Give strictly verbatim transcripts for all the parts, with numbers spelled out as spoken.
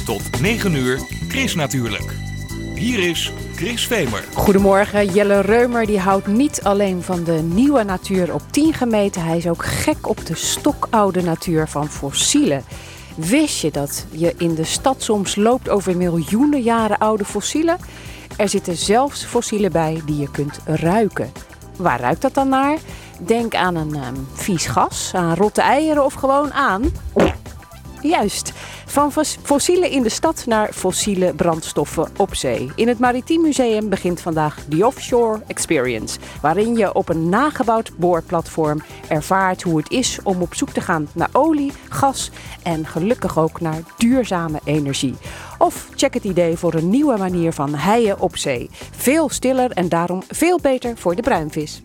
Tot negen uur, Chris natuurlijk. Hier is Chris Vemer. Goedemorgen, Jelle Reumer die houdt niet alleen van de nieuwe natuur op tien gemeten. Hij is ook gek op de stokoude natuur van fossielen. Wist je dat je in de stad soms loopt over miljoenen jaren oude fossielen? Er zitten zelfs fossielen bij die je kunt ruiken. Waar ruikt dat dan naar? Denk aan een um, vies gas, aan rotte eieren of gewoon aan... Juist, van fossielen in de stad naar fossiele brandstoffen op zee. In het Maritiem Museum begint vandaag de Offshore Experience, waarin je op een nagebouwd boorplatform ervaart hoe het is om op zoek te gaan naar olie, gas en gelukkig ook naar duurzame energie. Of check het idee voor een nieuwe manier van heien op zee. Veel stiller en daarom veel beter voor de bruinvis.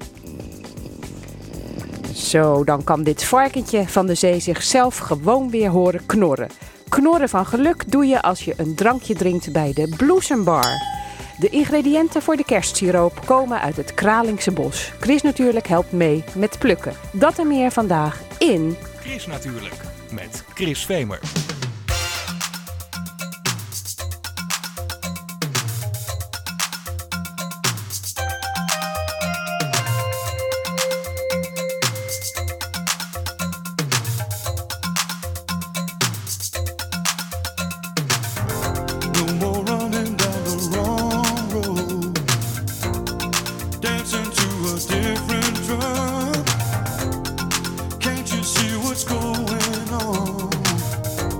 Zo, dan kan dit varkentje van de zee zichzelf gewoon weer horen knorren. Knorren van geluk doe je als je een drankje drinkt bij de Bloesembar. De ingrediënten voor de kerstsiroop komen uit het Kralingse bos. Chris natuurlijk helpt mee met plukken. Dat en meer vandaag in... Chris natuurlijk, met Chris Vemer. Can't you see what's going on?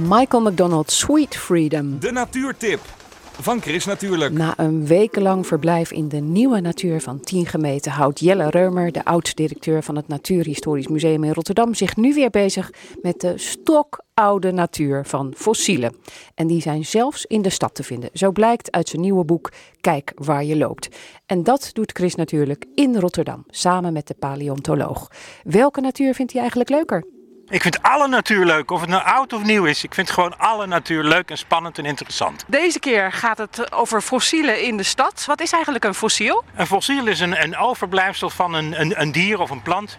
Michael McDonald, Sweet Freedom. De natuurtip van Chris Natuurlijk. Na een wekenlang verblijf in de nieuwe natuur van tien gemeten houdt Jelle Reumer, de oud-directeur van het Natuurhistorisch Museum in Rotterdam, zich nu weer bezig met de stokoude natuur van fossielen. En die zijn zelfs in de stad te vinden. Zo blijkt uit zijn nieuwe boek Kijk waar je loopt. En dat doet Chris Natuurlijk in Rotterdam, samen met de paleontoloog. Welke natuur vindt hij eigenlijk leuker? Ik vind alle natuur leuk, of het nou oud of nieuw is. Ik vind gewoon alle natuur leuk en spannend en interessant. Deze keer gaat het over fossielen in de stad. Wat is eigenlijk een fossiel? Een fossiel is een, een overblijfsel van een, een, een dier of een plant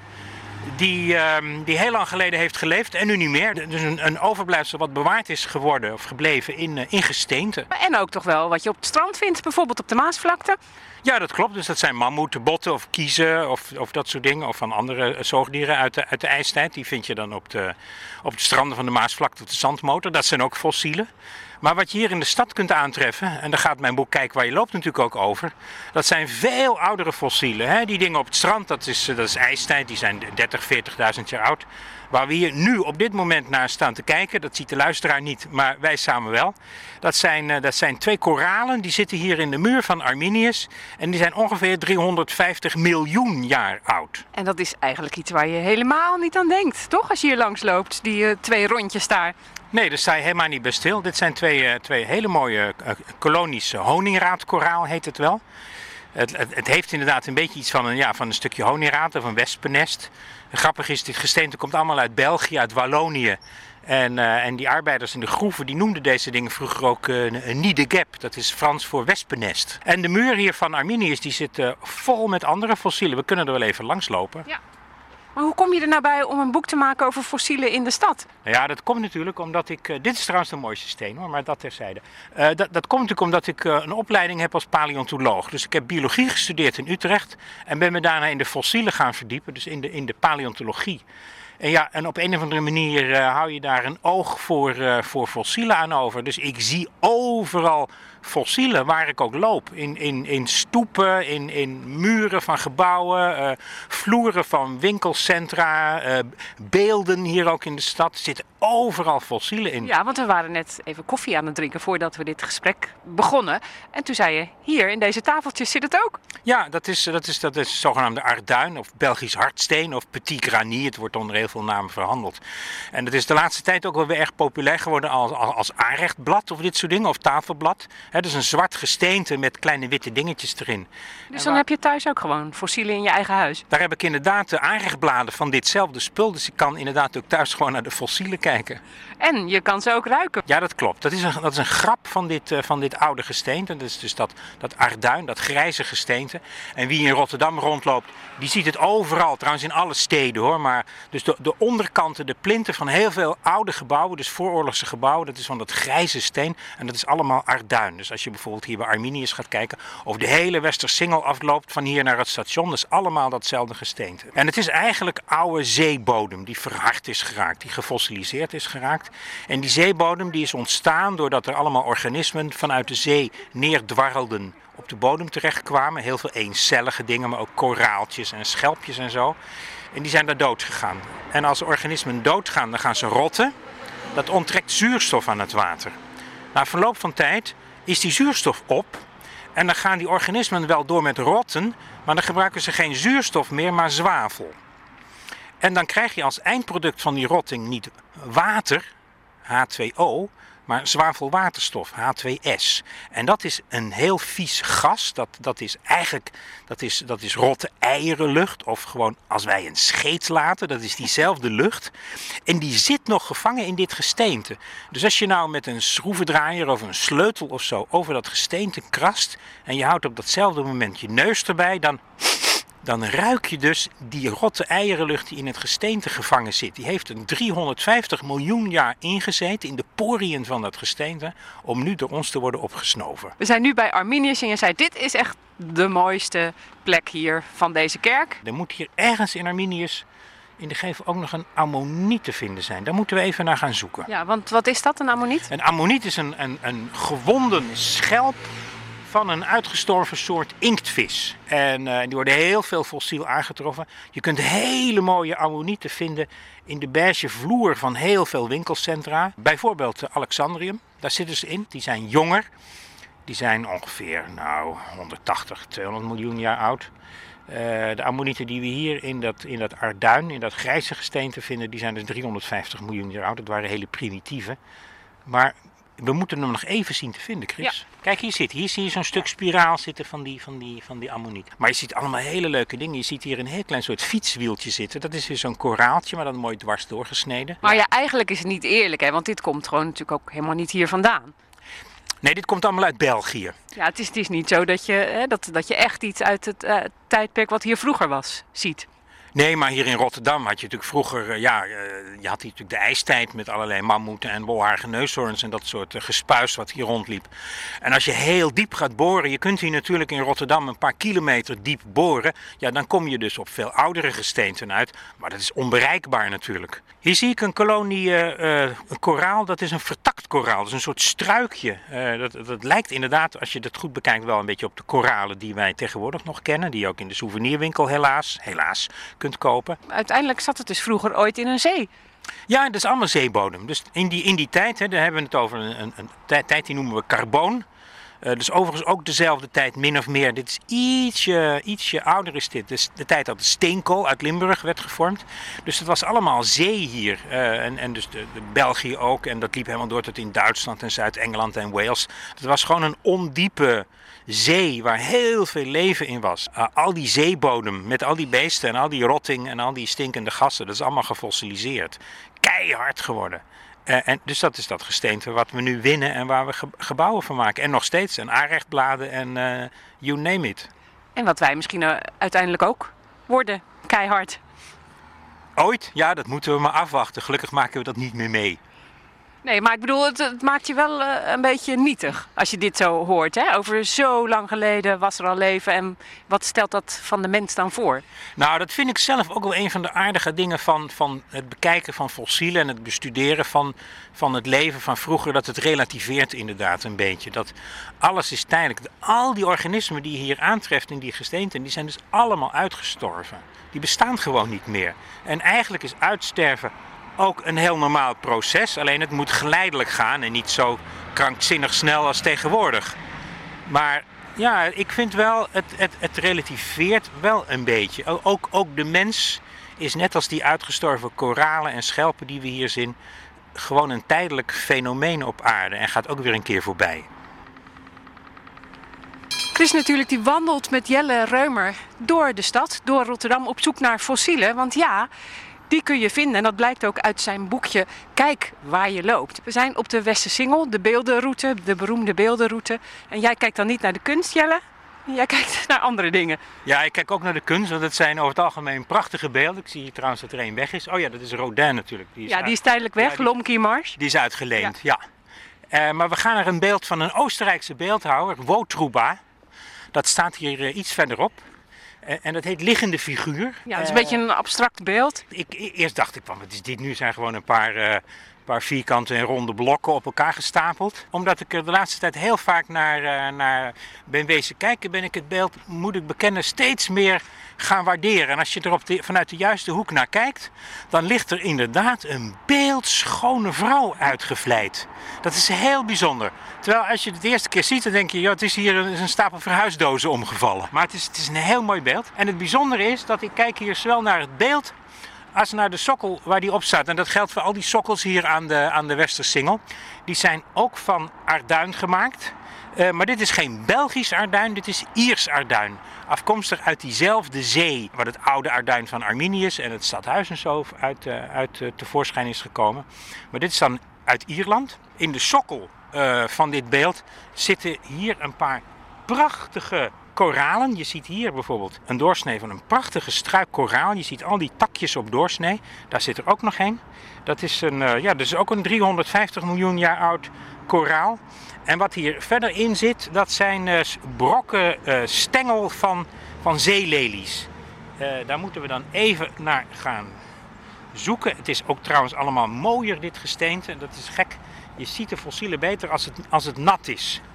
die, um, die heel lang geleden heeft geleefd en nu niet meer. Dus een, een overblijfsel wat bewaard is geworden of gebleven in, uh, in gesteente. En ook toch wel wat je op het strand vindt, bijvoorbeeld op de Maasvlakte. Ja, dat klopt. Dus dat zijn mammoeten, botten of kiezen of, of dat soort dingen. Of van andere zoogdieren uit de, uit de ijstijd. Die vind je dan op de, op de stranden van de Maasvlakte of de zandmotor. Dat zijn ook fossielen. Maar wat je hier in de stad kunt aantreffen, en daar gaat mijn boek Kijk waar je loopt natuurlijk ook over. Dat zijn veel oudere fossielen. Hè? Die dingen op het strand, dat is, dat is ijstijd. Die zijn dertig, veertigduizend jaar oud. Waar we hier nu op dit moment naar staan te kijken, dat ziet de luisteraar niet, maar wij samen wel. Dat zijn, dat zijn twee koralen, die zitten hier in de muur van Arminius. En die zijn ongeveer driehonderdvijftig miljoen jaar oud. En dat is eigenlijk iets waar je helemaal niet aan denkt, toch? Als je hier langs loopt, die uh, twee rondjes daar. Nee, daar sta je helemaal niet bij stil. Dit zijn twee, uh, twee hele mooie uh, kolonies honingraadkoraal, heet het wel. Het, het, het heeft inderdaad een beetje iets van een, ja, van een stukje honingraad of een wespennest. Grappig is, dit gesteente komt allemaal uit België, uit Wallonië. En, uh, en die arbeiders in de groeven die noemden deze dingen vroeger ook uh, een nid de guêpe. Dat is Frans voor wespennest. En de muur hier van Arminius die zit uh, vol met andere fossielen. We kunnen er wel even langs lopen. Ja. Maar hoe kom je er nou bij om een boek te maken over fossielen in de stad? Nou ja, dat komt natuurlijk omdat ik... Uh, dit is trouwens de mooiste steen hoor, maar dat terzijde. Uh, dat, dat komt natuurlijk omdat ik uh, een opleiding heb als paleontoloog. Dus ik heb biologie gestudeerd in Utrecht en ben me daarna in de fossielen gaan verdiepen. Dus in de, in de paleontologie. En ja, en op een of andere manier uh, hou je daar een oog voor, uh, voor fossielen aan over. Dus ik zie overal fossielen waar ik ook loop. In, in, in stoepen, in, in muren van gebouwen, uh, vloeren van winkelcentra, uh, beelden hier ook in de stad. Er zitten overal fossielen in. Ja, want we waren net even koffie aan het drinken voordat we dit gesprek begonnen. En toen zei je, hier in deze tafeltjes zit het ook. Ja, dat is, dat is, dat is zogenaamde arduin of Belgisch hardsteen of petit granit. Het wordt onder heel veel namen verhandeld. En dat is de laatste tijd ook wel weer erg populair geworden als, als, als aanrechtblad of dit soort dingen, of tafelblad. Het is een zwart gesteente met kleine witte dingetjes erin. Dus dan waar... heb je thuis ook gewoon fossielen in je eigen huis? Daar heb ik inderdaad de aanrechtbladen van ditzelfde spul. Dus ik kan inderdaad ook thuis gewoon naar de fossielen kijken. En je kan ze ook ruiken. Ja, dat klopt. Dat is een, dat is een grap van dit, uh, van dit oude gesteente. Dat is dus dat, dat arduin, dat grijze gesteente. En wie in Rotterdam rondloopt, die ziet het overal. Trouwens in alle steden hoor. Maar dus de, de onderkanten, de plinten van heel veel oude gebouwen, dus vooroorlogse gebouwen, dat is van dat grijze steen. En dat is allemaal arduin. Dus als je bijvoorbeeld hier bij Arminius gaat kijken, of de hele Westersingel afloopt van hier naar het station, dat is allemaal datzelfde gesteente. En het is eigenlijk oude zeebodem die verhard is geraakt, die gefossiliseerd is geraakt. En die zeebodem die is ontstaan doordat er allemaal organismen vanuit de zee neerdwarrelden, op de bodem terechtkwamen. Heel veel eencellige dingen, maar ook koraaltjes en schelpjes en zo. En die zijn daar dood gegaan. En als organismen doodgaan, dan gaan ze rotten. Dat onttrekt zuurstof aan het water. Na verloop van tijd is die zuurstof op. En dan gaan die organismen wel door met rotten, maar dan gebruiken ze geen zuurstof meer, maar zwavel. En dan krijg je als eindproduct van die rotting niet water, H twee O, maar zwavelwaterstof, H twee S. En dat is een heel vies gas. Dat, dat is eigenlijk dat is, dat is rotte eierenlucht. Of gewoon als wij een scheet laten, dat is diezelfde lucht. En die zit nog gevangen in dit gesteente. Dus als je nou met een schroevendraaier of een sleutel of zo over dat gesteente krast en je houdt op datzelfde moment je neus erbij, dan... dan ruik je dus die rotte eierenlucht die in het gesteente gevangen zit. Die heeft een driehonderdvijftig miljoen jaar ingezeten in de poriën van dat gesteente om nu door ons te worden opgesnoven. We zijn nu bij Arminius en je zei, dit is echt de mooiste plek hier van deze kerk. Er moet hier ergens in Arminius in de gevel ook nog een ammoniet te vinden zijn. Daar moeten we even naar gaan zoeken. Ja, want wat is dat, een ammoniet? Een ammoniet is een, een, een gewonden schelp van een uitgestorven soort inktvis. En uh, die worden heel veel fossiel aangetroffen. Je kunt hele mooie ammonieten vinden in de beige vloer van heel veel winkelcentra. Bijvoorbeeld Alexandrium, daar zitten ze in. Die zijn jonger. Die zijn ongeveer nou, honderdtachtig, tweehonderd miljoen jaar oud. Uh, de ammonieten die we hier in dat, in dat Arduin, in dat grijze gesteente vinden, die zijn dus driehonderdvijftig miljoen jaar oud. Dat waren hele primitieve. Maar we moeten hem nog even zien te vinden, Chris. Ja. Kijk, hier zit, hier zie je zo'n stuk spiraal zitten van die, van, die, van die ammoniet. Maar je ziet allemaal hele leuke dingen. Je ziet hier een heel klein soort fietswieltje zitten. Dat is weer zo'n koraaltje, maar dan mooi dwars doorgesneden. Maar ja, eigenlijk is het niet eerlijk, hè? Want dit komt gewoon natuurlijk ook helemaal niet hier vandaan. Nee, dit komt allemaal uit België. Ja, het is, het is niet zo dat je, hè, dat, dat je echt iets uit het uh, tijdperk wat hier vroeger was, ziet. Nee, maar hier in Rotterdam had je natuurlijk vroeger, ja, je had hier natuurlijk de ijstijd met allerlei mammoeten en bolhaarige neushoorns en dat soort gespuis wat hier rondliep. En als je heel diep gaat boren, je kunt hier natuurlijk in Rotterdam een paar kilometer diep boren, ja, dan kom je dus op veel oudere gesteenten uit, maar dat is onbereikbaar natuurlijk. Hier zie ik een kolonie uh, uh, een koraal, dat is een vertakt koraal, dat is een soort struikje. Uh, dat, dat lijkt inderdaad, als je dat goed bekijkt, wel een beetje op de koralen die wij tegenwoordig nog kennen, die je ook in de souvenirwinkel helaas, helaas kunt kopen. Uiteindelijk zat het dus vroeger ooit in een zee. Ja, dat is allemaal zeebodem. Dus in die, in die tijd, hè, daar hebben we het over een, een, een tijd die noemen we carboon. Uh, dus overigens ook dezelfde tijd, min of meer. Dit is ietsje, ietsje ouder is dit. Dus de tijd dat de steenkool uit Limburg werd gevormd. Dus het was allemaal zee hier. Uh, en, en dus de, de België ook. En dat liep helemaal door tot in Duitsland en Zuid-Engeland en Wales. Het was gewoon een ondiepe zee waar heel veel leven in was. Uh, al die zeebodem met al die beesten en al die rotting en al die stinkende gassen. Dat is allemaal gefossiliseerd. Keihard geworden. Uh, en dus dat is dat gesteente wat we nu winnen en waar we ge- gebouwen van maken. En nog steeds. En aanrechtbladen en uh, you name it. En wat wij misschien uh, uiteindelijk ook worden. Keihard. Ooit? Ja, dat moeten we maar afwachten. Gelukkig maken we dat niet meer mee. Nee, maar ik bedoel, het, het maakt je wel uh, een beetje nietig als je dit zo hoort. Hè? Over zo lang geleden was er al leven en wat stelt dat van de mens dan voor? Nou, dat vind ik zelf ook wel een van de aardige dingen van, van het bekijken van fossielen en het bestuderen van, van het leven van vroeger. Dat het relativeert inderdaad een beetje. Dat alles is tijdelijk. Al die organismen die je hier aantreft in die gesteenten, die zijn dus allemaal uitgestorven. Die bestaan gewoon niet meer. En eigenlijk is uitsterven ook een heel normaal proces, alleen het moet geleidelijk gaan en niet zo krankzinnig snel als tegenwoordig. Maar ja, ik vind wel, het, het, het relativeert wel een beetje. Ook, ook de mens is net als die uitgestorven koralen en schelpen die we hier zien, gewoon een tijdelijk fenomeen op aarde en gaat ook weer een keer voorbij. Chris natuurlijk, die wandelt met Jelle Reumer door de stad, door Rotterdam, op zoek naar fossielen. Want ja, die kun je vinden en dat blijkt ook uit zijn boekje Kijk waar je loopt. We zijn op de Westersingel, de beeldenroute, de beroemde beeldenroute. En jij kijkt dan niet naar de kunst, Jelle? Jij kijkt naar andere dingen. Ja, ik kijk ook naar de kunst, want het zijn over het algemeen prachtige beelden. Ik zie hier trouwens dat er één weg is. Oh ja, dat is Rodin natuurlijk. Die is ja, uit... die is tijdelijk weg, ja, die... Lomki-Mars. Die is uitgeleend, ja. ja. Uh, maar we gaan naar een beeld van een Oostenrijkse beeldhouwer, Wotruba. Dat staat hier uh, iets verderop. Uh, en dat heet Liggende Figuur. Ja, dat is een uh, beetje een abstract beeld. Ik, eerst dacht ik van, wat is dit nu? Zijn gewoon een paar, uh, paar vierkante en ronde blokken op elkaar gestapeld. Omdat ik er de laatste tijd heel vaak naar, uh, naar ben wezen kijken, ben ik het beeld, moet ik bekennen, steeds meer gaan waarderen. En als je er op de, vanuit de juiste hoek naar kijkt, dan ligt er inderdaad een beeldschone vrouw uitgevleid. Dat is heel bijzonder. Terwijl als je het de eerste keer ziet, dan denk je, ja, het is hier een, een stapel verhuisdozen omgevallen. Maar het is, het is een heel mooi beeld. En het bijzondere is dat ik kijk hier zowel naar het beeld als naar de sokkel waar die op staat. En dat geldt voor al die sokkels hier aan de, aan de Westersingel. Die zijn ook van arduin gemaakt. Uh, maar dit is geen Belgisch arduin, dit is Iers arduin. Afkomstig uit diezelfde zee, waar het oude arduin van Arminius en het stadhuis en zo uit, uh, uit uh, tevoorschijn is gekomen. Maar dit is dan uit Ierland. In de sokkel uh, van dit beeld zitten hier een paar prachtige koralen. Je ziet hier bijvoorbeeld een doorsnee van een prachtige struik koraal. Je ziet al die takjes op doorsnee. Daar zit er ook nog een. Dat is, een, uh, ja, dat is ook een driehonderdvijftig miljoen jaar oud koraal. En wat hier verder in zit, dat zijn uh, brokken uh, stengel van, van zeelelies. Uh, daar moeten we dan even naar gaan zoeken. Het is ook trouwens allemaal mooier, dit gesteente. Dat is gek. Je ziet de fossielen beter als het, als het nat is.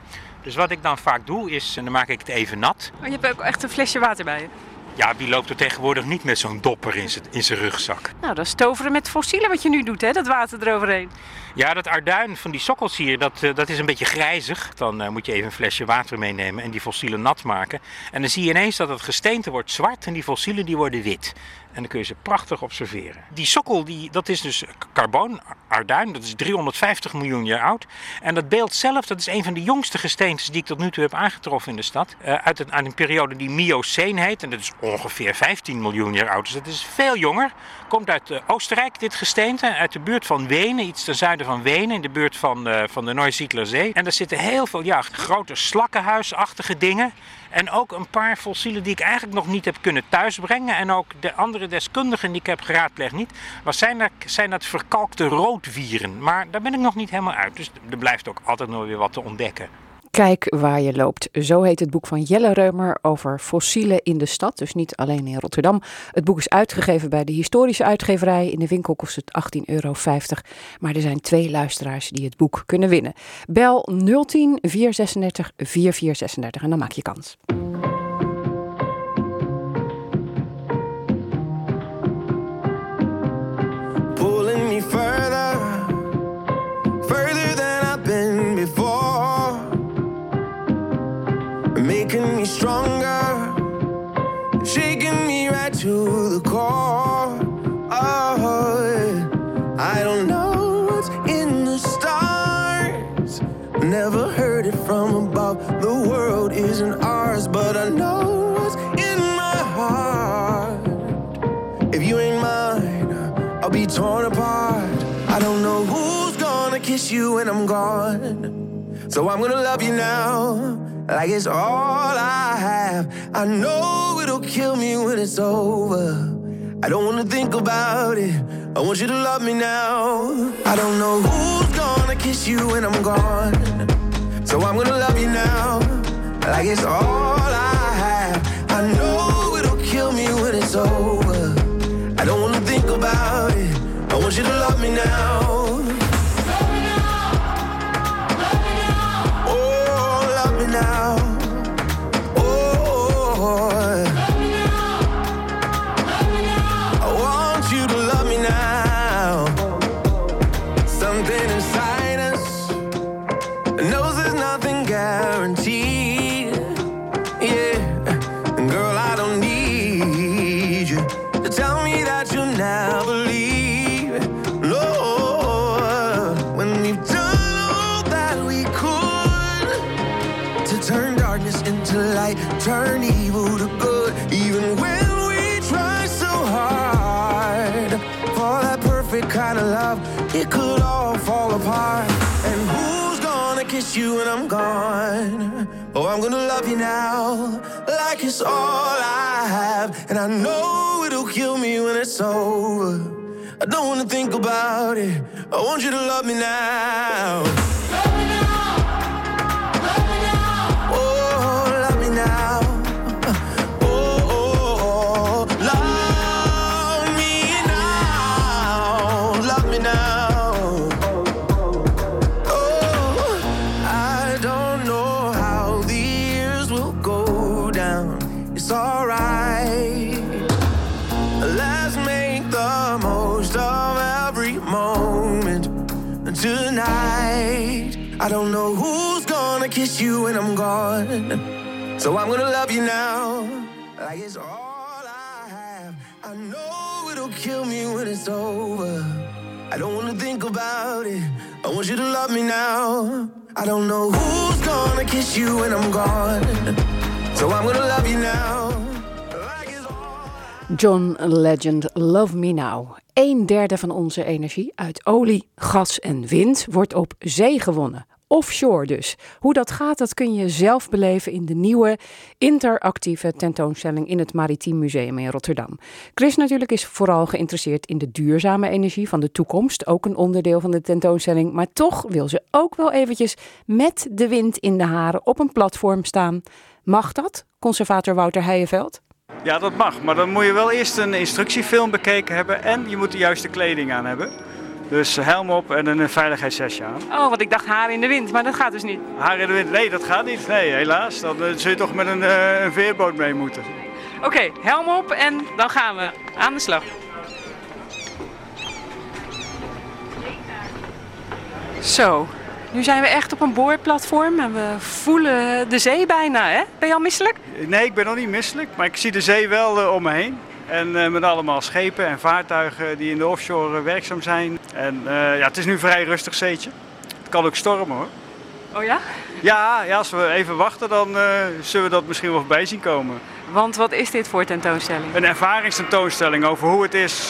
Dus wat ik dan vaak doe is, en dan maak ik het even nat. Oh, je hebt ook echt een flesje water bij je. Ja, wie loopt er tegenwoordig niet met zo'n dopper in zijn, in zijn rugzak? Nou, dat is toveren met fossielen wat je nu doet, hè? Dat water eroverheen. Ja, dat arduin van die sokkels hier, dat, uh, dat is een beetje grijzig. Dan uh, moet je even een flesje water meenemen en die fossielen nat maken. En dan zie je ineens dat het gesteente wordt zwart en die fossielen die worden wit. En dan kun je ze prachtig observeren. Die sokkel, die, dat is dus carboon, arduin, dat is driehonderdvijftig miljoen jaar oud. En dat beeld zelf, dat is een van de jongste gesteentes die ik tot nu toe heb aangetroffen in de stad. Uh, uit, een, uit een periode die Mioceen heet. En dat is ongeveer vijftien miljoen jaar oud. Dus dat is veel jonger. Komt uit uh, Oostenrijk, dit gesteente. Uit de buurt van Wenen, iets ten zuiden van Wenen. In de buurt van, uh, van de Neusiedlerzee. En daar zitten heel veel ja, grote slakkenhuisachtige dingen. En ook een paar fossielen die ik eigenlijk nog niet heb kunnen thuisbrengen. En ook de andere deskundigen die ik heb geraadpleegd niet. Maar zijn dat, zijn dat verkalkte roodwieren. Maar daar ben ik nog niet helemaal uit. Dus er blijft ook altijd nog weer wat te ontdekken. Kijk waar je loopt. Zo heet het boek van Jelle Reumer over fossielen in de stad. Dus niet alleen in Rotterdam. Het boek is uitgegeven bij de Historische Uitgeverij. In de winkel kost het achttien euro vijftig. Maar er zijn twee luisteraars die het boek kunnen winnen. Bel nul tien, vier zesendertig, vier vier zesendertig en dan maak je kans. Pulling me further, further than I've been before. Making me stronger, shaking me right to the core. Oh, I don't know what's in the stars. Never heard it from above. The world isn't ours, but I know what's in my heart. If you ain't mine, I'll be torn apart. I don't know who's gonna kiss you when I'm gone. So I'm gonna love you now, like it's all I have. I know it'll kill me when it's over. I don't wanna think about it, I want you to love me now. I don't know who's gonna kiss you when I'm gone. So I'm gonna love you now, like it's all I have. I know it'll kill me when it's over. I don't wanna think about it, I want you to love me now. Now, oh, love me now, love me now. I want you to love me now. Something inside us knows there's nothing guaranteed. Yeah, girl, I don't need you to tell me that you'll never leave. No, when we've done all that we could to turn darkness into light, turn evil to good. Even when we try so hard for that perfect kind of love, it could all fall apart. And who's gonna kiss you when I'm gone? Oh, I'm gonna love you now, like it's all I have. And I know it'll kill me when it's over. I don't wanna think about it, I want you to love me now. Now, oh, oh, oh, love me now, love me now. Oh, I don't know how the years will go down. It's alright. Let's make the most of every moment tonight. I don't know who's gonna kiss you when I'm gone. So I'm gonna love you now, like it's all I have. I know it'll kill me when it's over. I don't wanna think about it, I want you to love me now. I don't know who's gonna kiss you when I'm gone. So I'm gonna love you now, like it's all... John Legend, Love Me Now. Een derde van onze energie uit olie, gas en wind wordt op zee gewonnen. Offshore dus. Hoe dat gaat, dat kun je zelf beleven in de nieuwe interactieve tentoonstelling in het Maritiem Museum in Rotterdam. Chris natuurlijk is vooral geïnteresseerd in de duurzame energie van de toekomst. Ook een onderdeel van de tentoonstelling. Maar toch wil ze ook wel eventjes met de wind in de haren op een platform staan. Mag dat, conservator Wouter Heijeveld? Ja, dat mag. Maar dan moet je wel eerst een instructiefilm bekeken hebben en je moet de juiste kleding aan hebben. Dus helm op en een veiligheidshesje aan. Oh, want ik dacht haar in de wind, maar dat gaat dus niet. Haar in de wind? Nee, dat gaat niet. Nee, helaas. Dan uh, zul je toch met een, uh, een veerboot mee moeten. Oké, okay, helm op en dan gaan we aan de slag. Zo, nu zijn we echt op een boorplatform en we voelen de zee bijna, hè? Ben je al misselijk? Nee, ik ben nog niet misselijk, maar ik zie de zee wel uh, om me heen. En uh, met allemaal schepen en vaartuigen die in de offshore uh, werkzaam zijn. En uh, ja, het is nu een vrij rustig zeetje. Het kan ook stormen, hoor. Oh ja? Ja, ja, als we even wachten, dan uh, zullen we dat misschien wel voorbij zien komen. Want wat is dit voor tentoonstelling? Een ervaringstentoonstelling over hoe het is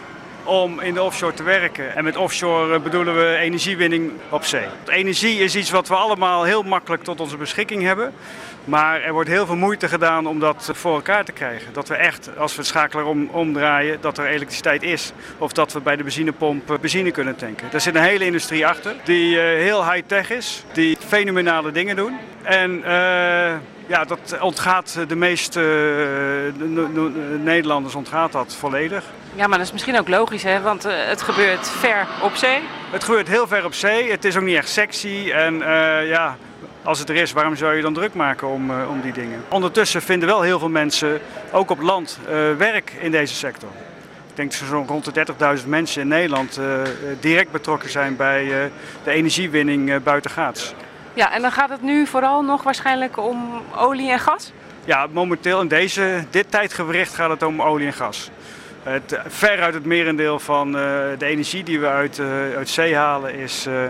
om in de offshore te werken. En met offshore bedoelen we energiewinning op zee. Energie is iets wat we allemaal heel makkelijk tot onze beschikking hebben. Maar er wordt heel veel moeite gedaan om dat voor elkaar te krijgen. Dat we echt, als we het schakelaar om, omdraaien, dat er elektriciteit is. Of dat we bij de benzinepomp benzine kunnen tanken. Daar zit een hele industrie achter die uh, heel high-tech is. Die fenomenale dingen doen. En uh, ja, dat ontgaat de meeste uh, Nederlanders ontgaat dat volledig. Ja, maar dat is misschien ook logisch, hè? Want uh, het gebeurt ver op zee. Het gebeurt heel ver op zee. Het is ook niet echt sexy. En uh, ja, als het er is, waarom zou je dan druk maken om, uh, om die dingen? Ondertussen vinden wel heel veel mensen, ook op land, uh, werk in deze sector. Ik denk dat zo'n rond de dertigduizend mensen in Nederland uh, direct betrokken zijn bij uh, de energiewinning uh, buitengaats. Ja, en dan gaat het nu vooral nog waarschijnlijk om olie en gas? Ja, momenteel in deze, dit tijdgewricht gaat het om olie en gas. Het, veruit het merendeel van uh, de energie die we uit, uh, uit zee halen is, uh,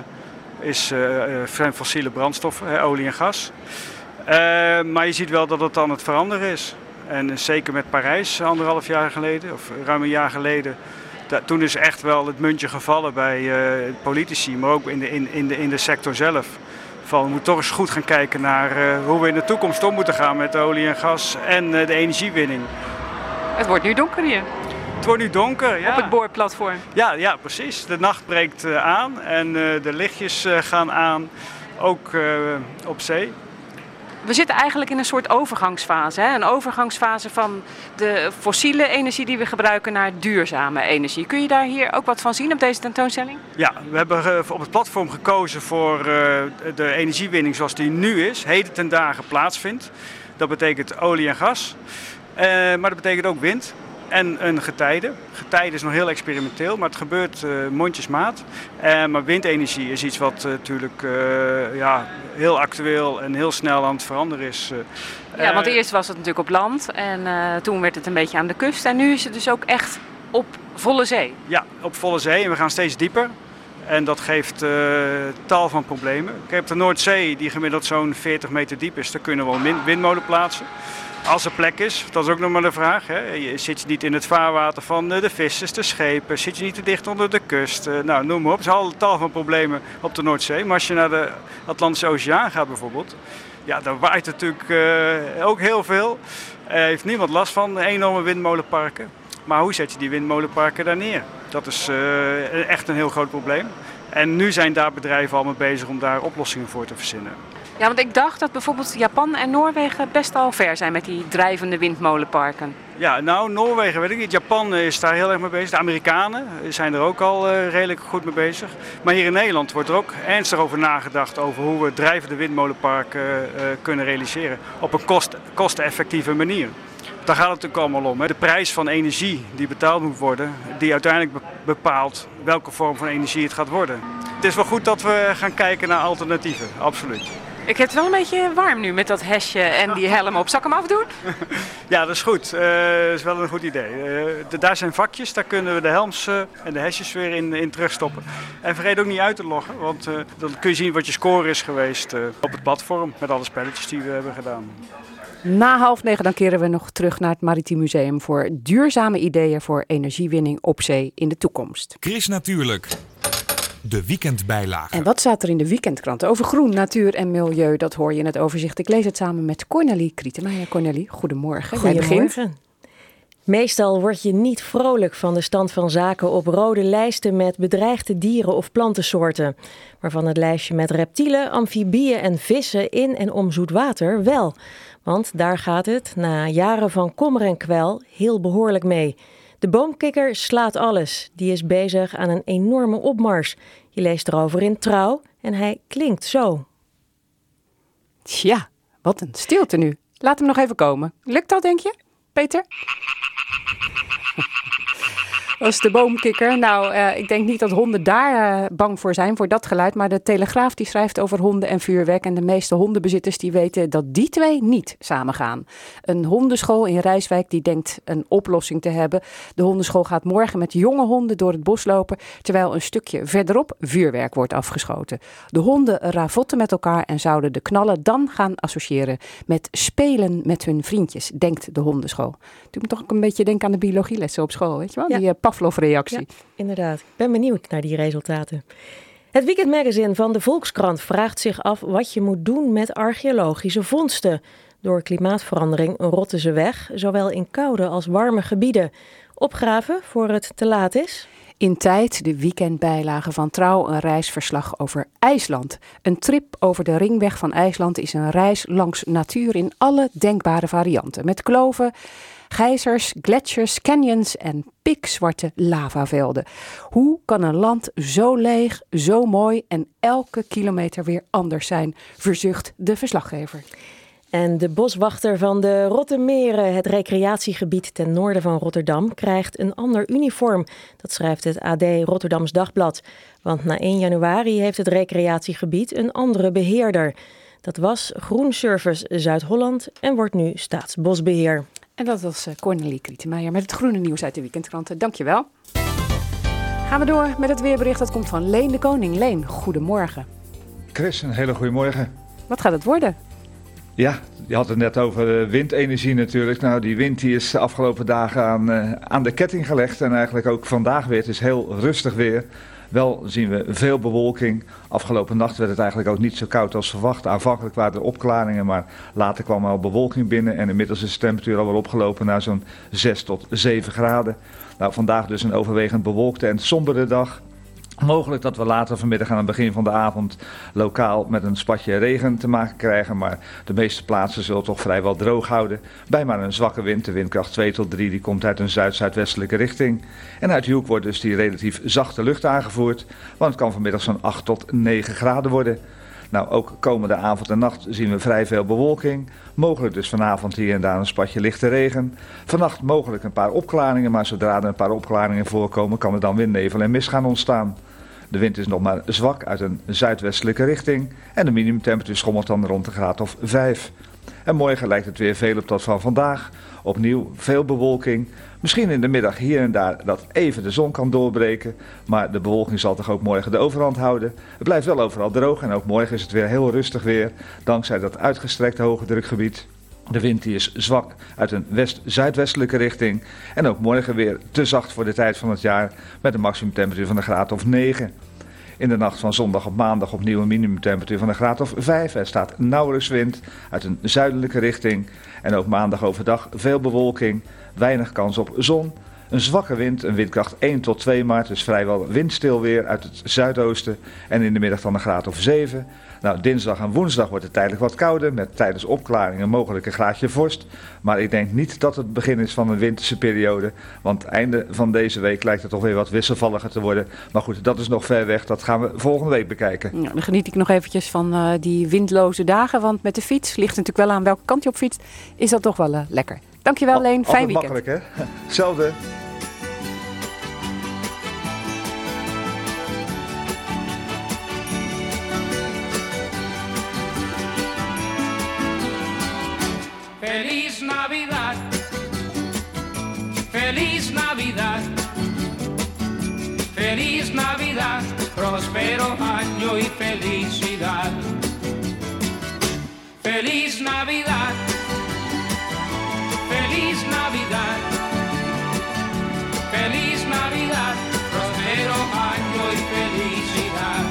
is uh, fossiele brandstoffen, hè, olie en gas. Uh, maar je ziet wel dat het aan het veranderen is. En zeker met Parijs anderhalf jaar geleden, of ruim een jaar geleden, da, toen is echt wel het muntje gevallen bij uh, politici, maar ook in de, in, in, de, in de sector zelf. Van, we moeten toch eens goed gaan kijken naar uh, hoe we in de toekomst om moeten gaan met olie en gas en uh, de energiewinning. Het wordt nu donker hier. Het wordt nu donker, ja. Op het boorplatform. Ja, ja, precies. De nacht breekt uh, aan en uh, de lichtjes uh, gaan aan, ook uh, op zee. We zitten eigenlijk in een soort overgangsfase. Hè? Een overgangsfase van de fossiele energie die we gebruiken naar duurzame energie. Kun je daar hier ook wat van zien op deze tentoonstelling? Ja, we hebben uh, op het platform gekozen voor uh, de energiewinning zoals die nu is, heden ten dagen plaatsvindt. Dat betekent olie en gas, uh, maar dat betekent ook wind. En een getijde. Getijde is nog heel experimenteel, maar het gebeurt uh, mondjesmaat. Uh, maar windenergie is iets wat uh, natuurlijk uh, ja, heel actueel en heel snel aan het veranderen is. Uh, ja, want eerst was het natuurlijk op land en uh, toen werd het een beetje aan de kust. En nu is het dus ook echt op volle zee. Ja, op volle zee en we gaan steeds dieper. En dat geeft uh, tal van problemen. Kijk, op de Noordzee, die gemiddeld zo'n veertig meter diep is, daar kunnen we wel een windmolen plaatsen. Als er plek is, dat is ook nog maar de vraag. Hè. Zit je niet in het vaarwater van de vissers, de schepen? Zit je niet te dicht onder de kust? Nou, noem maar op. Er zijn al tal van problemen op de Noordzee. Maar als je naar de Atlantische Oceaan gaat bijvoorbeeld, ja, dan waait het natuurlijk uh, ook heel veel. Er uh, heeft niemand last van enorme windmolenparken. Maar hoe zet je die windmolenparken daar neer? Dat is uh, echt een heel groot probleem. En nu zijn daar bedrijven al mee bezig om daar oplossingen voor te verzinnen. Ja, want ik dacht dat bijvoorbeeld Japan en Noorwegen best al ver zijn met die drijvende windmolenparken. Ja, nou, Noorwegen weet ik niet. Japan is daar heel erg mee bezig. De Amerikanen zijn er ook al uh, redelijk goed mee bezig. Maar hier in Nederland wordt er ook ernstig over nagedacht over hoe we drijvende windmolenparken uh, kunnen realiseren. Op een kost, kosteneffectieve manier. Daar gaat het natuurlijk allemaal om. Hè. De prijs van energie die betaald moet worden, die uiteindelijk bepaalt welke vorm van energie het gaat worden. Het is wel goed dat we gaan kijken naar alternatieven, absoluut. Ik heb het wel een beetje warm nu met dat hesje en die helm op. Zal ik hem afdoen? Ja, dat is goed. Uh, dat is wel een goed idee. Uh, de, daar zijn vakjes, daar kunnen we de helms uh, en de hesjes weer in, in terugstoppen. En vergeet ook niet uit te loggen, want uh, dan kun je zien wat je score is geweest uh, op het platform met alle spelletjes die we hebben gedaan. Na half negen dan keren we nog terug naar het Maritiem Museum voor duurzame ideeën voor energiewinning op zee in de toekomst. Chris Natuurlijk. De weekendbijlage. En wat staat er in de weekendkrant over groen, natuur en milieu? Dat hoor je in het overzicht. Ik lees het samen met Cornelie Krietenmeijer. Cornelie, goedemorgen. Goedemorgen. Meestal word je niet vrolijk van de stand van zaken op rode lijsten met bedreigde dieren of plantensoorten. Maar van het lijstje met reptielen, amfibieën en vissen in en om zoet water wel. Want daar gaat het, na jaren van kommer en kwel, heel behoorlijk mee. De boomkikker slaat alles. Die is bezig aan een enorme opmars. Je leest erover in Trouw en hij klinkt zo. Tja, wat een stilte nu. Laat hem nog even komen. Lukt dat, denk je, Peter? Dat is de boomkikker. Nou, uh, ik denk niet dat honden daar uh, bang voor zijn, voor dat geluid. Maar de Telegraaf die schrijft over honden en vuurwerk. En de meeste hondenbezitters die weten dat die twee niet samengaan. Een hondenschool in Rijswijk die denkt een oplossing te hebben. De hondenschool gaat morgen met jonge honden door het bos lopen, terwijl een stukje verderop vuurwerk wordt afgeschoten. De honden ravotten met elkaar en zouden de knallen dan gaan associëren met spelen met hun vriendjes, denkt de hondenschool. Doet me toch ook een beetje denken aan de biologielessen op school, weet je wel? Ja. Die uh, Pavlov-reactie. Ja, inderdaad. Ik ben benieuwd naar die resultaten. Het weekendmagazine van de Volkskrant vraagt zich af wat je moet doen met archeologische vondsten. Door klimaatverandering rotten ze weg, zowel in koude als warme gebieden. Opgraven voor het te laat is? In tijd de weekendbijlage van Trouw, een reisverslag over IJsland. Een trip over de ringweg van IJsland is een reis langs natuur in alle denkbare varianten. Met kloven, gijzers, gletsjers, canyons en pikzwarte lavavelden. Hoe kan een land zo leeg, zo mooi en elke kilometer weer anders zijn, verzucht de verslaggever. En de boswachter van de Rottemeren, het recreatiegebied ten noorden van Rotterdam, krijgt een ander uniform. Dat schrijft het A D Rotterdams Dagblad. Want na één januari heeft het recreatiegebied een andere beheerder. Dat was Groenservice Zuid-Holland en wordt nu Staatsbosbeheer. En dat was Cornelie Krietenmeijer met het groene nieuws uit de weekendkranten. Dankjewel. Gaan we door met het weerbericht. Dat komt van Leen de Koning. Leen, goedemorgen. Chris, een hele goede morgen. Wat gaat het worden? Ja, je had het net over windenergie natuurlijk. Nou, die wind die is de afgelopen dagen aan, uh, aan de ketting gelegd. En eigenlijk ook vandaag weer. Het is heel rustig weer. Wel zien we veel bewolking. Afgelopen nacht werd het eigenlijk ook niet zo koud als verwacht. Aanvankelijk waren er opklaringen, maar later kwam er al bewolking binnen. En inmiddels is de temperatuur al wel opgelopen naar zo'n zes tot zeven graden. Nou, vandaag dus een overwegend bewolkte en sombere dag. Mogelijk dat we later vanmiddag aan het begin van de avond lokaal met een spatje regen te maken krijgen. Maar de meeste plaatsen zullen toch vrijwel droog houden. Bij maar een zwakke wind, de windkracht twee tot drie, die komt uit een zuid-zuidwestelijke richting. En uit die hoek wordt dus die relatief zachte lucht aangevoerd. Want het kan vanmiddag zo'n acht tot negen graden worden. Nou, ook komende avond en nacht zien we vrij veel bewolking. Mogelijk dus vanavond hier en daar een spatje lichte regen. Vannacht mogelijk een paar opklaringen, maar zodra er een paar opklaringen voorkomen, kan er dan windnevel en mist gaan ontstaan. De wind is nog maar zwak uit een zuidwestelijke richting en de minimumtemperatuur schommelt dan rond de graad of vijf. En morgen lijkt het weer veel op dat van vandaag. Opnieuw veel bewolking. Misschien in de middag hier en daar dat even de zon kan doorbreken. Maar de bewolking zal toch ook morgen de overhand houden. Het blijft wel overal droog en ook morgen is het weer heel rustig weer. Dankzij dat uitgestrekte hoge drukgebied. De wind die is zwak uit een west-zuidwestelijke richting. En ook morgen weer te zacht voor de tijd van het jaar. Met een maximumtemperatuur van een graad of negen. In de nacht van zondag op maandag opnieuw een minimumtemperatuur van een graad of vijf. Er staat nauwelijks wind uit een zuidelijke richting. En ook maandag overdag veel bewolking, weinig kans op zon. Een zwakke wind, een windkracht één tot twee maart, dus vrijwel windstil weer uit het zuidoosten. En in de middag dan een graad of zeven. Nou, dinsdag en woensdag wordt het tijdelijk wat kouder, met tijdens opklaringen mogelijk een graadje vorst. Maar ik denk niet dat het begin is van een winterse periode, want einde van deze week lijkt het toch weer wat wisselvalliger te worden. Maar goed, dat is nog ver weg, dat gaan we volgende week bekijken. Ja, dan geniet ik nog eventjes van uh, die windloze dagen, want met de fiets, ligt natuurlijk wel aan welke kant je op fietst, is dat toch wel uh, lekker. Dankjewel Leen, fijn weekend. Makkelijk hè? Hetzelfde. Feliz Navidad, Feliz Navidad, Feliz Navidad, próspero año y felicidad. Feliz Navidad, Feliz Navidad, Feliz Navidad, próspero año y felicidad.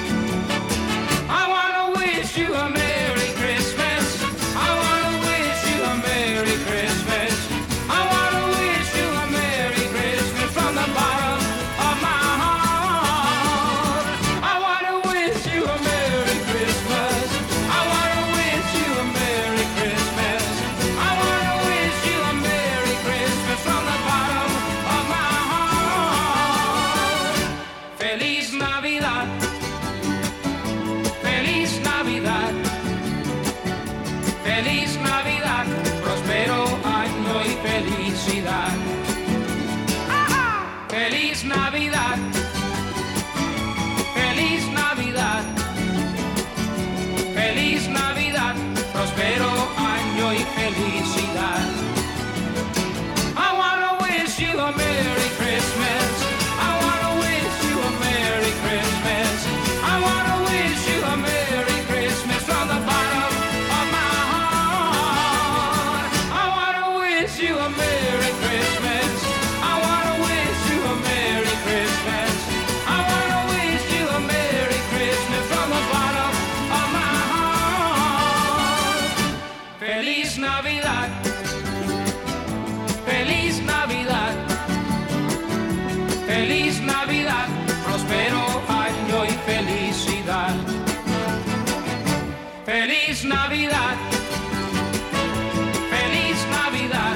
I wanna wish you a Merry Christmas. I wanna wish you a Merry Christmas. I wanna wish you a Merry Christmas from the bottom of my heart. I wanna wish you a Merry Christmas. I wanna wish you a Merry Christmas. Feliz Navidad, próspero año y felicidad. Feliz Navidad, feliz Navidad, feliz Navidad, próspero año y felicidad. I wanna wish you a Merry Christmas. I wanna wish you a Merry Christmas. I wanna wish you a Merry Christmas from the bottom of my heart. I wanna wish you a Merry Christmas. I wanna wish you a Merry Christmas. I wanna wish you a Merry Christmas from the bottom of my heart. Feliz Navidad. Feliz Navidad. Feliz Navidad. Próspero año y felicidad. Feliz Navidad. Feliz Navidad.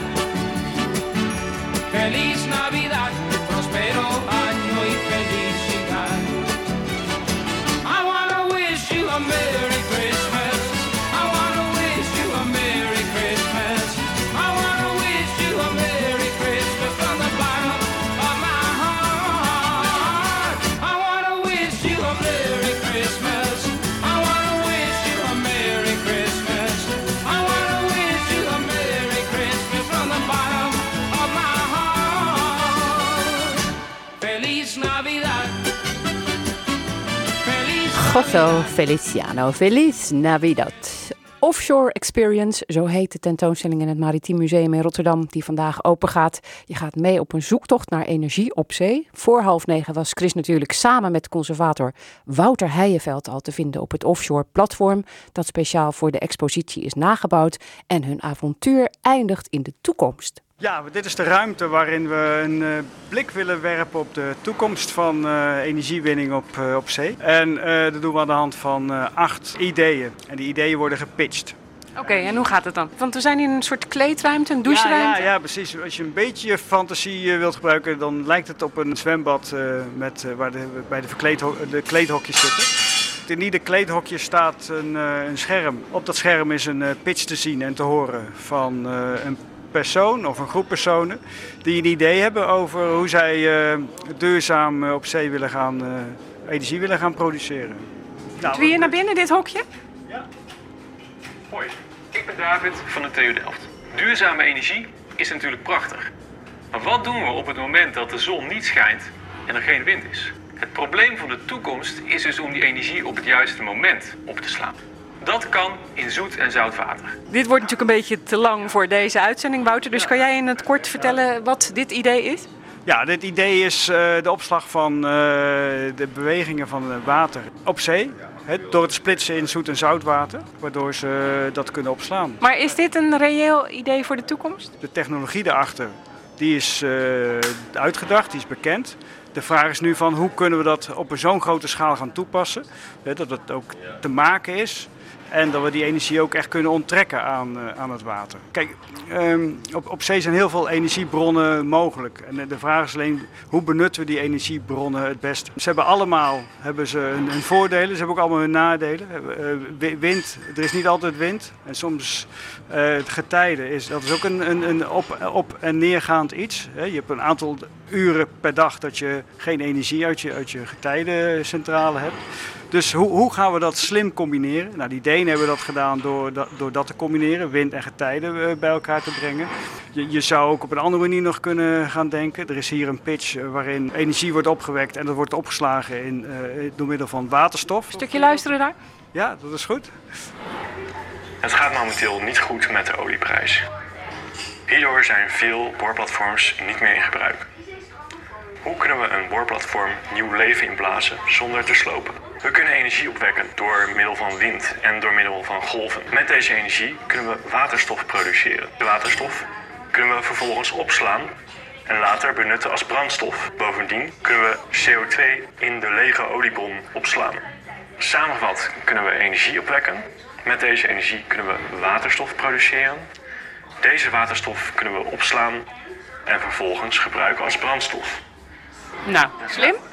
Feliz Navidad. Próspero año y felicidad. I wanna wish you a Merry Christmas. I wanna wish you a Merry Christmas. I wanna wish you a Merry Christmas from the bottom of my heart. I wanna wish you a Merry Christmas. I wanna wish you a Merry Christmas. I wanna wish you a Merry Christmas from the bottom of my heart. Feliz Navidad. Feliz José Feliciano, Feliz Navidad. Offshore Experience, zo heet de tentoonstelling in het Maritiem Museum in Rotterdam, die vandaag open gaat. Je gaat mee op een zoektocht naar energie op zee. Voor half negen was Chris natuurlijk samen met conservator Wouter Heijeveld al te vinden op het offshore platform, dat speciaal voor de expositie is nagebouwd. En hun avontuur eindigt in de toekomst. Ja, dit is de ruimte waarin we een uh, blik willen werpen op de toekomst van uh, energiewinning op, uh, op zee. En uh, dat doen we aan de hand van uh, acht ideeën. En die ideeën worden gepitcht. Oké, okay, en hoe gaat het dan? Want we zijn in een soort kleedruimte, een doucheruimte. Ja, ja, ja, precies. Als je een beetje je fantasie uh, wilt gebruiken, dan lijkt het op een zwembad uh, met, uh, waar de, bij de, verkleedho- de kleedhokjes zitten. In ieder kleedhokje staat een, uh, een scherm. Op dat scherm is een uh, pitch te zien en te horen van uh, een persoon of een groep personen die een idee hebben over hoe zij uh, duurzaam uh, op zee willen gaan, uh, energie willen gaan produceren. Nou, Doe je naar binnen dit hokje? Ja. Hoi, ik ben David van de T U Delft. Duurzame energie is natuurlijk prachtig. Maar wat doen we op het moment dat de zon niet schijnt en er geen wind is? Het probleem van de toekomst is dus om die energie op het juiste moment op te slaan. Dat kan in zoet en zout water. Dit wordt natuurlijk een beetje te lang voor deze uitzending, Wouter. Dus kan jij in het kort vertellen wat dit idee is? Ja, dit idee is uh, de opslag van uh, de bewegingen van het water op zee. He, door het splitsen in zoet en zoutwater, waardoor ze uh, dat kunnen opslaan. Maar is dit een reëel idee voor de toekomst? De technologie daarachter die is uh, uitgedacht, die is bekend. De vraag is nu van hoe kunnen we dat op een zo'n grote schaal gaan toepassen. He, dat het ook te maken is. En dat we die energie ook echt kunnen onttrekken aan, uh, aan het water. Kijk, um, op, op zee zijn heel veel energiebronnen mogelijk. En de vraag is alleen, hoe benutten we die energiebronnen het beste? Ze hebben allemaal hebben ze hun, hun voordelen, ze hebben ook allemaal hun nadelen. Uh, wind, er is niet altijd wind. En soms uh, het getijden, is, dat is ook een, een, een op, op- en neergaand iets. Je hebt een aantal uren per dag dat je geen energie uit je, uit je getijdencentrale hebt. Dus hoe, hoe gaan we dat slim combineren? Nou, die Denen hebben dat gedaan door dat, door dat te combineren, wind en getijden bij elkaar te brengen. Je, je zou ook op een andere manier nog kunnen gaan denken. Er is hier een pitch waarin energie wordt opgewekt en dat wordt opgeslagen in, uh, door middel van waterstof. Een stukje luisteren daar? Ja, dat is goed. Het gaat momenteel niet goed met de olieprijs. Hierdoor zijn veel boorplatforms niet meer in gebruik. Hoe kunnen we een boorplatform nieuw leven inblazen zonder te slopen? We kunnen energie opwekken door middel van wind en door middel van golven. Met deze energie kunnen we waterstof produceren. De waterstof kunnen we vervolgens opslaan en later benutten als brandstof. Bovendien kunnen we C O twee in de lege oliebron opslaan. Samengevat kunnen we energie opwekken. Met deze energie kunnen we waterstof produceren. Deze waterstof kunnen we opslaan en vervolgens gebruiken als brandstof. Nou, slim.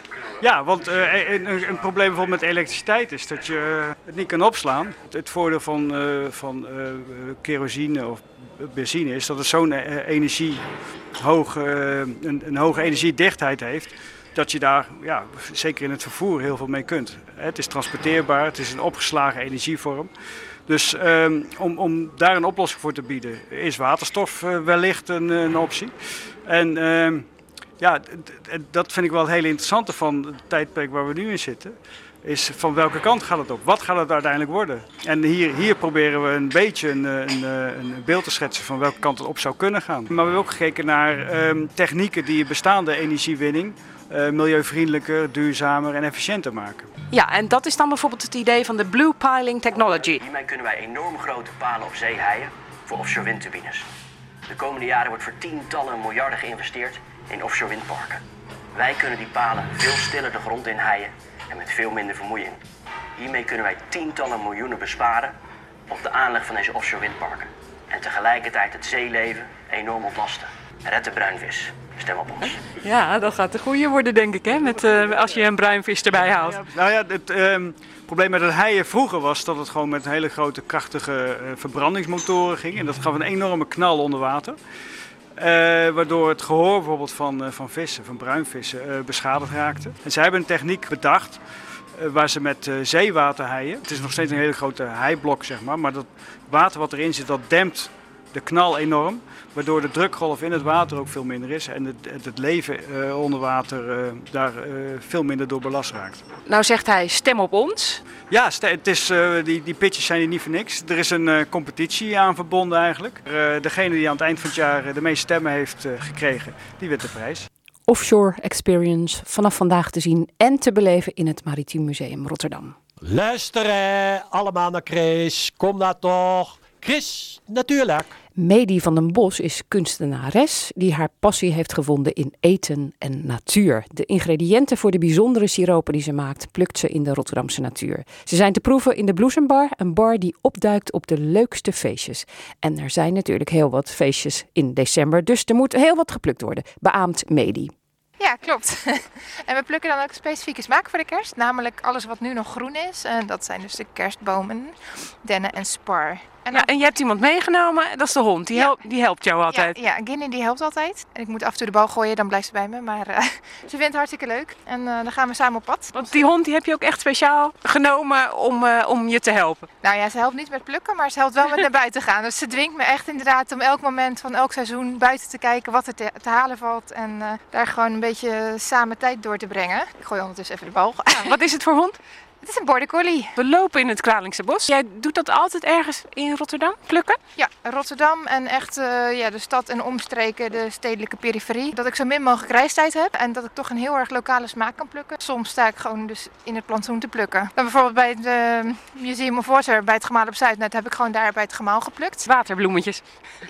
Ja, want uh, een, een probleem bijvoorbeeld met elektriciteit is dat je het niet kan opslaan. Het, het voordeel van, uh, van uh, kerosine of benzine is dat het zo'n uh, energie, hoog, uh, een, een hoge energiedichtheid heeft. Dat je daar, ja, zeker in het vervoer, heel veel mee kunt. Het is transporteerbaar, het is een opgeslagen energievorm. Dus um, om, om daar een oplossing voor te bieden is waterstof uh, wellicht een, een optie. En um, ja, d- d- dat vind ik wel het hele interessante van het tijdperk waar we nu in zitten. Is van welke kant gaat het op? Wat gaat het uiteindelijk worden? En hier, hier proberen we een beetje een, een, een beeld te schetsen van welke kant het op zou kunnen gaan. Maar we hebben ook gekeken naar um, technieken die bestaande energiewinning uh, milieuvriendelijker, duurzamer en efficiënter maken. Ja, en dat is dan bijvoorbeeld het idee van de Blue Piling Technology. Hiermee kunnen wij enorm grote palen op zee heien voor offshore windturbines. De komende jaren wordt voor tientallen miljarden geïnvesteerd in offshore windparken. Wij kunnen die palen veel stiller de grond in heien en met veel minder vermoeiing. Hiermee kunnen wij tientallen miljoenen besparen op de aanleg van deze offshore windparken. En tegelijkertijd het zeeleven enorm ontlasten. Red de bruinvis. Stem op ons. Ja, dat gaat de goeie worden, denk ik, hè? Met, uh, als je een bruinvis erbij haalt. Ja, nou ja, het um, probleem met het heien vroeger was dat het gewoon met hele grote krachtige uh, verbrandingsmotoren ging. En dat gaf een enorme knal onder water. Uh, waardoor het gehoor bijvoorbeeld van, uh, van vissen, van bruinvissen, uh, beschadigd raakte. En zij hebben een techniek bedacht uh, waar ze met uh, zeewater heien. Het is nog steeds een hele grote heiblok, zeg maar. Maar dat water wat erin zit, dat dempt de knal enorm. Waardoor de drukgolf in het water ook veel minder is. En het, het leven uh, onder water uh, daar uh, veel minder door belast raakt. Nou zegt hij, stem op ons. Ja, het is, uh, die, die pitches zijn hier niet voor niks. Er is een uh, competitie aan verbonden eigenlijk. Uh, degene die aan het eind van het jaar de meeste stemmen heeft uh, gekregen, die wint de prijs. Offshore Experience vanaf vandaag te zien en te beleven in het Maritiem Museum Rotterdam. Luisteren allemaal naar Chris. Kom daar toch. Chris, natuurlijk. Medi van den Bos is kunstenares die haar passie heeft gevonden in eten en natuur. De ingrediënten voor de bijzondere siropen die ze maakt, plukt ze in de Rotterdamse natuur. Ze zijn te proeven in de Bloesembar, een bar die opduikt op de leukste feestjes. En er zijn natuurlijk heel wat feestjes in december, dus er moet heel wat geplukt worden, beaamt Medi. Ja, klopt. En we plukken dan ook specifieke smaak voor de kerst. Namelijk alles wat nu nog groen is. En dat zijn dus de kerstbomen, dennen en spar. En, ja, en je hebt iemand meegenomen, dat is de hond. Die, ja. helpt, die helpt jou altijd. Ja, ja, Ginny die helpt altijd. En ik moet af en toe de bal gooien, dan blijft ze bij me. Maar uh, ze vindt het hartstikke leuk. En uh, dan gaan we samen op pad. Want die hond die heb je ook echt speciaal genomen om, uh, om je te helpen? Nou ja, ze helpt niet met plukken, maar ze helpt wel met naar buiten gaan. Dus ze dwingt me echt inderdaad om elk moment van elk seizoen buiten te kijken wat er te, te halen valt. En uh, daar gewoon een beetje samen tijd door te brengen. Ik gooi ondertussen even de bal. Ja, wat is het voor hond? Het is een border collie. We lopen in het Kralingse Bos. Jij doet dat altijd ergens in Rotterdam, plukken? Ja, Rotterdam en echt uh, ja, de stad en omstreken, de stedelijke periferie. Dat ik zo min mogelijk reistijd heb en dat ik toch een heel erg lokale smaak kan plukken. Soms sta ik gewoon dus in het plantsoen te plukken. Dan bijvoorbeeld bij het uh, Museum of Water, bij het gemaal op Zuidnet, heb ik gewoon daar bij het gemaal geplukt. Waterbloemetjes?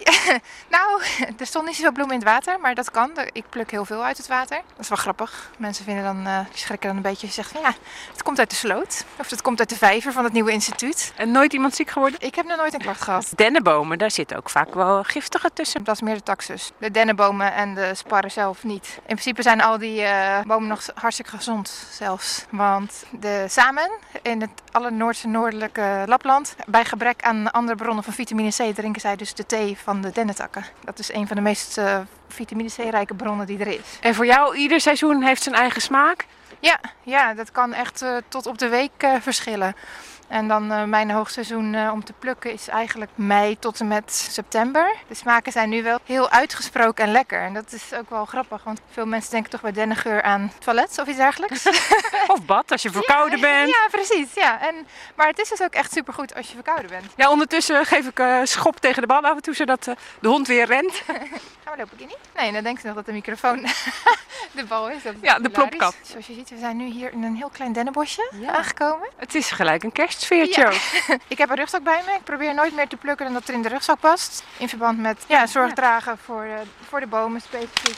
Nou, er stond niet zoveel bloemen in het water, maar dat kan. Ik pluk heel veel uit het water. Dat is wel grappig. Mensen vinden dan, uh, die schrikken dan een beetje en zeggen, ja, het komt uit de sloot. Of het komt uit de vijver van het nieuwe instituut. En nooit iemand ziek geworden? Ik heb nog nooit een klacht gehad. Dennenbomen, daar zit ook vaak wel giftige tussen. Dat is meer de taxus. De dennenbomen en de sparren zelf niet. In principe zijn al die uh, bomen nog hartstikke gezond zelfs. Want de samen in het allernoordste noordelijke Lapland, bij gebrek aan andere bronnen van vitamine C, drinken zij dus de thee van de dennentakken. Dat is een van de meest uh, vitamine C-rijke bronnen die er is. En voor jou, ieder seizoen heeft zijn eigen smaak? Ja, ja, dat kan echt uh, tot op de week uh, verschillen. En dan uh, mijn hoogseizoen uh, om te plukken is eigenlijk mei tot en met september. De smaken zijn nu wel heel uitgesproken en lekker. En dat is ook wel grappig, want veel mensen denken toch bij dennengeur aan toilet of iets dergelijks. Of bad, als je verkouden ja, bent. Ja, precies. Ja. En, maar het is dus ook echt supergoed als je verkouden bent. Ja, ondertussen geef ik uh, schop tegen de bal af en toe, zodat uh, de hond weer rent. Gaan we lopen, Ginny? Nee, dan denkt ze nog dat de microfoon de bal is. Dat is ja, de plopkap. Zoals je ziet, we zijn nu hier in een heel klein dennenbosje ja. aangekomen. Het is gelijk een kerstsfeertje. Ja. Ik heb een rugzak bij me. Ik probeer nooit meer te plukken dan dat er in de rugzak past. In verband met ja, zorg dragen voor, uh, voor de bomen specifiek.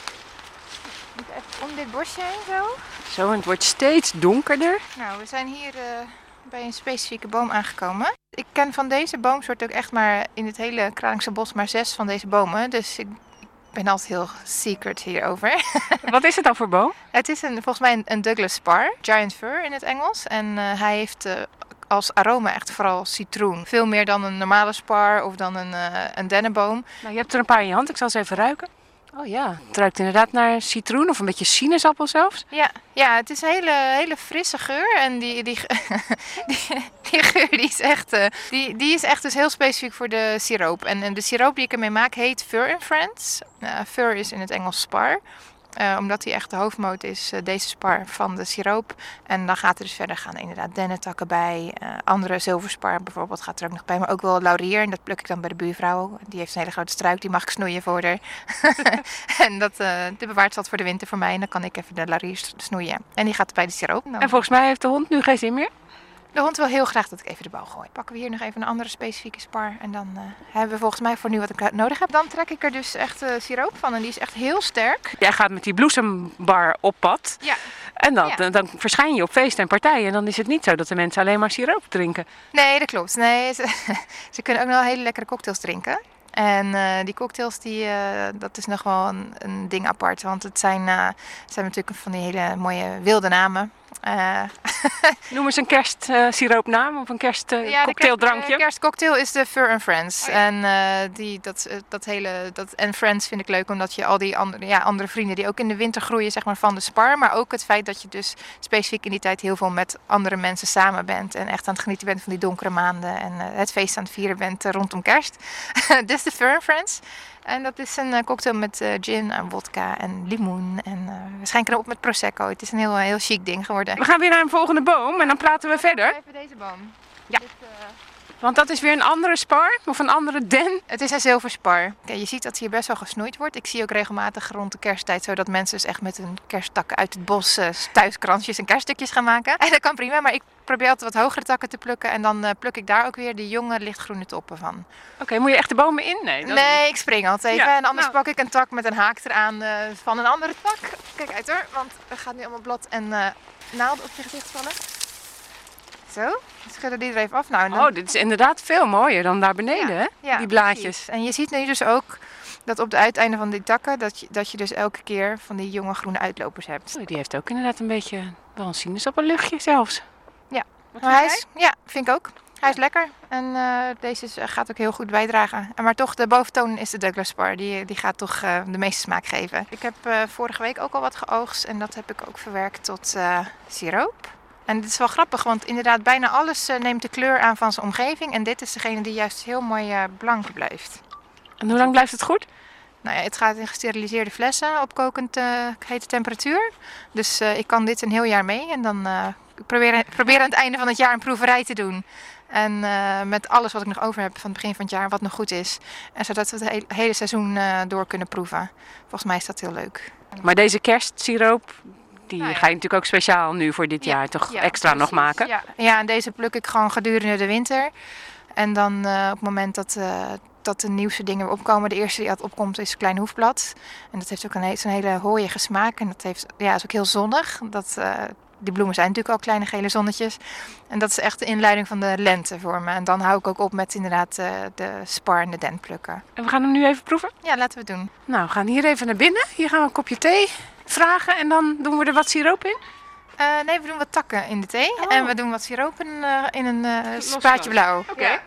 Even om dit bosje heen zo. Zo, en het wordt steeds donkerder. Nou, we zijn hier uh, bij een specifieke boom aangekomen. Ik ken van deze boomsoort ook echt maar in het hele Kralingse Bos maar zes van deze bomen. Dus ik ben altijd heel secret hierover. Wat is het dan voor boom? Het is een, volgens mij een, een Douglas spar, giant fir in het Engels. En uh, hij heeft uh, als aroma echt vooral citroen. Veel meer dan een normale spar of dan een, uh, een dennenboom. Nou, je hebt er een paar in je hand, ik zal ze even ruiken. Oh ja, het ruikt inderdaad naar citroen of een beetje sinaasappel zelfs. Ja, ja, het is een hele, hele frisse geur. En die, die, die, die geur die is, echt, uh, die, die is echt dus heel specifiek voor de siroop. En, en de siroop die ik ermee maak heet Fir and Friends. Uh, fir is in het Engels spar. Uh, omdat die echt de hoofdmoot is, uh, deze spar van de siroop. En dan gaat er dus verder gaan inderdaad dennentakken bij. Uh, andere zilverspar bijvoorbeeld gaat er ook nog bij. Maar ook wel laurier. En dat pluk ik dan bij de buurvrouw. Die heeft een hele grote struik. Die mag ik snoeien voor haar. en dat uh, die bewaart ze wat voor de winter voor mij. En dan kan ik even de laurier snoeien. En die gaat bij de siroop. Dan... En volgens mij heeft de hond nu geen zin meer? De hond wil heel graag dat ik even de bal gooi. Pakken we hier nog even een andere specifieke spar. En dan uh, hebben we volgens mij voor nu wat ik nodig heb. Dan trek ik er dus echt uh, siroop van. En die is echt heel sterk. Jij gaat met die bloesembar op pad. Ja. En dat, ja. dan, dan verschijn je op feesten en partijen. En dan is het niet zo dat de mensen alleen maar siroop drinken. Nee, dat klopt. Nee, ze, ze kunnen ook nog hele lekkere cocktails drinken. En uh, die cocktails, die, uh, dat is nog wel een, een ding apart. Want het zijn, uh, het zijn natuurlijk van die hele mooie wilde namen. Uh, Noem eens een kerstsiroopnaam uh, of een kerstcocktaildrankje. Ja, de kerstcocktail is de Fir and Friends. Oh, ja. En uh, die, dat, dat hele, dat, en Friends vind ik leuk omdat je al die andere, ja, andere vrienden die ook in de winter groeien zeg maar, van de spar. Maar ook het feit dat je dus specifiek in die tijd heel veel met andere mensen samen bent. En echt aan het genieten bent van die donkere maanden. En uh, het feest aan het vieren bent uh, rondom kerst. Dus de Fir and Friends. En dat is een uh, cocktail met uh, gin en vodka en limoen. En uh, we schenken hem op met prosecco. Het is een heel, heel chic ding geworden. We gaan weer naar een volgende boom en dan praten we verder. Even deze boom. Ja. Dit, uh... Want dat is weer een andere spar of een andere den? Het is een zilverspar. Okay, je ziet dat hier best wel gesnoeid wordt. Ik zie ook regelmatig rond de kersttijd zo dat mensen dus echt met hun kersttakken uit het bos uh, thuiskransjes en kerststukjes gaan maken. En dat kan prima, maar ik probeer altijd wat hogere takken te plukken. En dan uh, pluk ik daar ook weer de jonge lichtgroene toppen van. Oké, okay, moet je echt de bomen in? Nee, dat nee ik spring altijd even. Ja, en anders nou. pak ik een tak met een haak eraan uh, van een andere tak. Kijk uit hoor, want er gaat nu allemaal blad en uh, naalden op je gezicht vallen. Zo, schudden die er even af. Nou, dan... Oh, dit is inderdaad veel mooier dan daar beneden, ja, hè? Ja, die blaadjes. Precies. En je ziet nu dus ook dat op de uiteinden van die takken, dat je, dat je dus elke keer van die jonge groene uitlopers hebt. Oh, die heeft ook inderdaad een beetje, wel een sinaasappelluchtje zelfs. Ja, maar hij is, ja, vind ik ook. Hij is lekker en uh, deze is, uh, gaat ook heel goed bijdragen. En maar toch, de boventoon is de Douglas spar. Die, die gaat toch uh, de meeste smaak geven. Ik heb uh, vorige week ook al wat geoogst en dat heb ik ook verwerkt tot uh, siroop. En dit is wel grappig, want inderdaad bijna alles uh, neemt de kleur aan van zijn omgeving. En dit is degene die juist heel mooi uh, blank blijft. En hoe lang blijft het goed? Nou ja, het gaat in gesteriliseerde flessen op kokend uh, hete temperatuur. Dus uh, ik kan dit een heel jaar mee. En dan uh, probeer, probeer aan het einde van het jaar een proeverij te doen. En uh, met alles wat ik nog over heb van het begin van het jaar, wat nog goed is. En zodat we het hele, hele seizoen uh, door kunnen proeven. Volgens mij is dat heel leuk. Maar deze kerstsiroop, die nou ja. ga je natuurlijk ook speciaal nu voor dit ja, jaar toch ja, extra precies. nog maken? Ja. ja, en deze pluk ik gewoon gedurende de winter. En dan uh, op het moment dat, uh, dat de nieuwste dingen weer opkomen. De eerste die altijd opkomt is Klein Hoefblad. En dat heeft ook een, een hele hooiige smaak. En dat heeft, ja, is ook heel zonnig. Dat, uh, die bloemen zijn natuurlijk al kleine gele zonnetjes. En dat is echt de inleiding van de lente voor me. En dan hou ik ook op met inderdaad uh, de spar en de den plukken. En we gaan hem nu even proeven? Ja, laten we het doen. Nou, we gaan hier even naar binnen. Hier gaan we een kopje thee vragen en dan doen we er wat siroop in? Uh, nee, we doen wat takken in de thee. Oh. En we doen wat siroop in, uh, in een uh, spaatje blauw. Oké. Okay.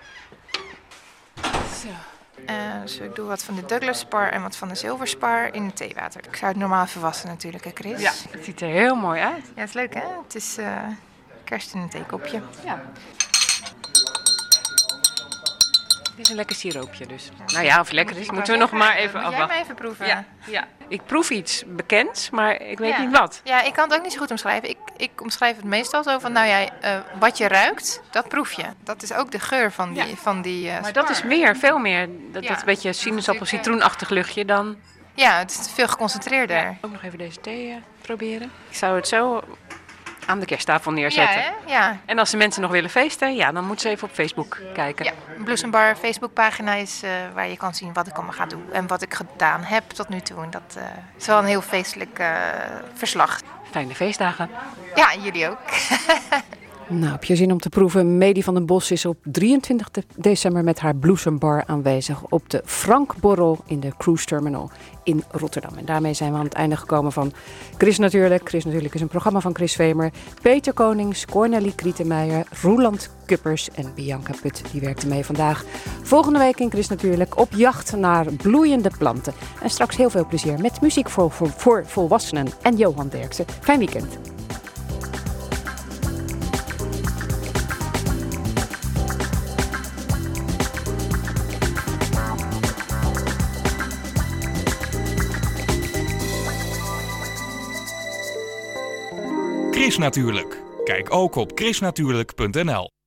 Ja. Zo. Uh, dus ik doe wat van de Douglas spar en wat van de zilverspar in het theewater. Ik zou het normaal even wassen natuurlijk, hè Chris? Ja, het ziet er heel mooi uit. Ja, het is leuk hè? Het is uh, kerst in een theekopje. Ja. Dit is een lekker siroopje dus. Nou ja, of lekker is, moeten we nog maar even afwachten. Moet jij me even proeven? Ja, ja. Ik proef iets bekends, maar ik weet ja. niet wat. Ja, ik kan het ook niet zo goed omschrijven. Ik, ik omschrijf het meestal zo van, nou ja, uh, wat je ruikt, dat proef je. Dat is ook de geur van die, ja. van die uh, Maar spar. dat is meer, veel meer, dat, ja. dat beetje sinaasappel-citroenachtig luchtje dan... Ja, het is veel geconcentreerder. Ja. Ook nog even deze thee uh, proberen. Ik zou het zo aan de kersttafel neerzetten. Ja, ja. En als de mensen nog willen feesten, ja, dan moeten ze even op Facebook kijken. Ja, Bloesembar Facebookpagina is uh, waar je kan zien wat ik allemaal ga doen. En wat ik gedaan heb tot nu toe. En dat uh, is wel een heel feestelijk uh, verslag. Fijne feestdagen. Ja, jullie ook. Nou, heb je zin om te proeven? Medi van den Bos is op drieëntwintig december met haar Bloesembar aanwezig op de Frankborrel in de Cruise Terminal in Rotterdam. En daarmee zijn we aan het einde gekomen van Chris Natuurlijk. Chris Natuurlijk is een programma van Chris Vemer, Peter Konings, Cornelie Krietenmeijer, Roeland Kuppers en Bianca Put. Die werkte mee vandaag. Volgende week in Chris Natuurlijk op jacht naar bloeiende planten. En straks heel veel plezier met muziek voor, voor, voor volwassenen en Johan Derksen. Fijn weekend. Chris Natuurlijk. Kijk ook op chris natuurlijk punt n l.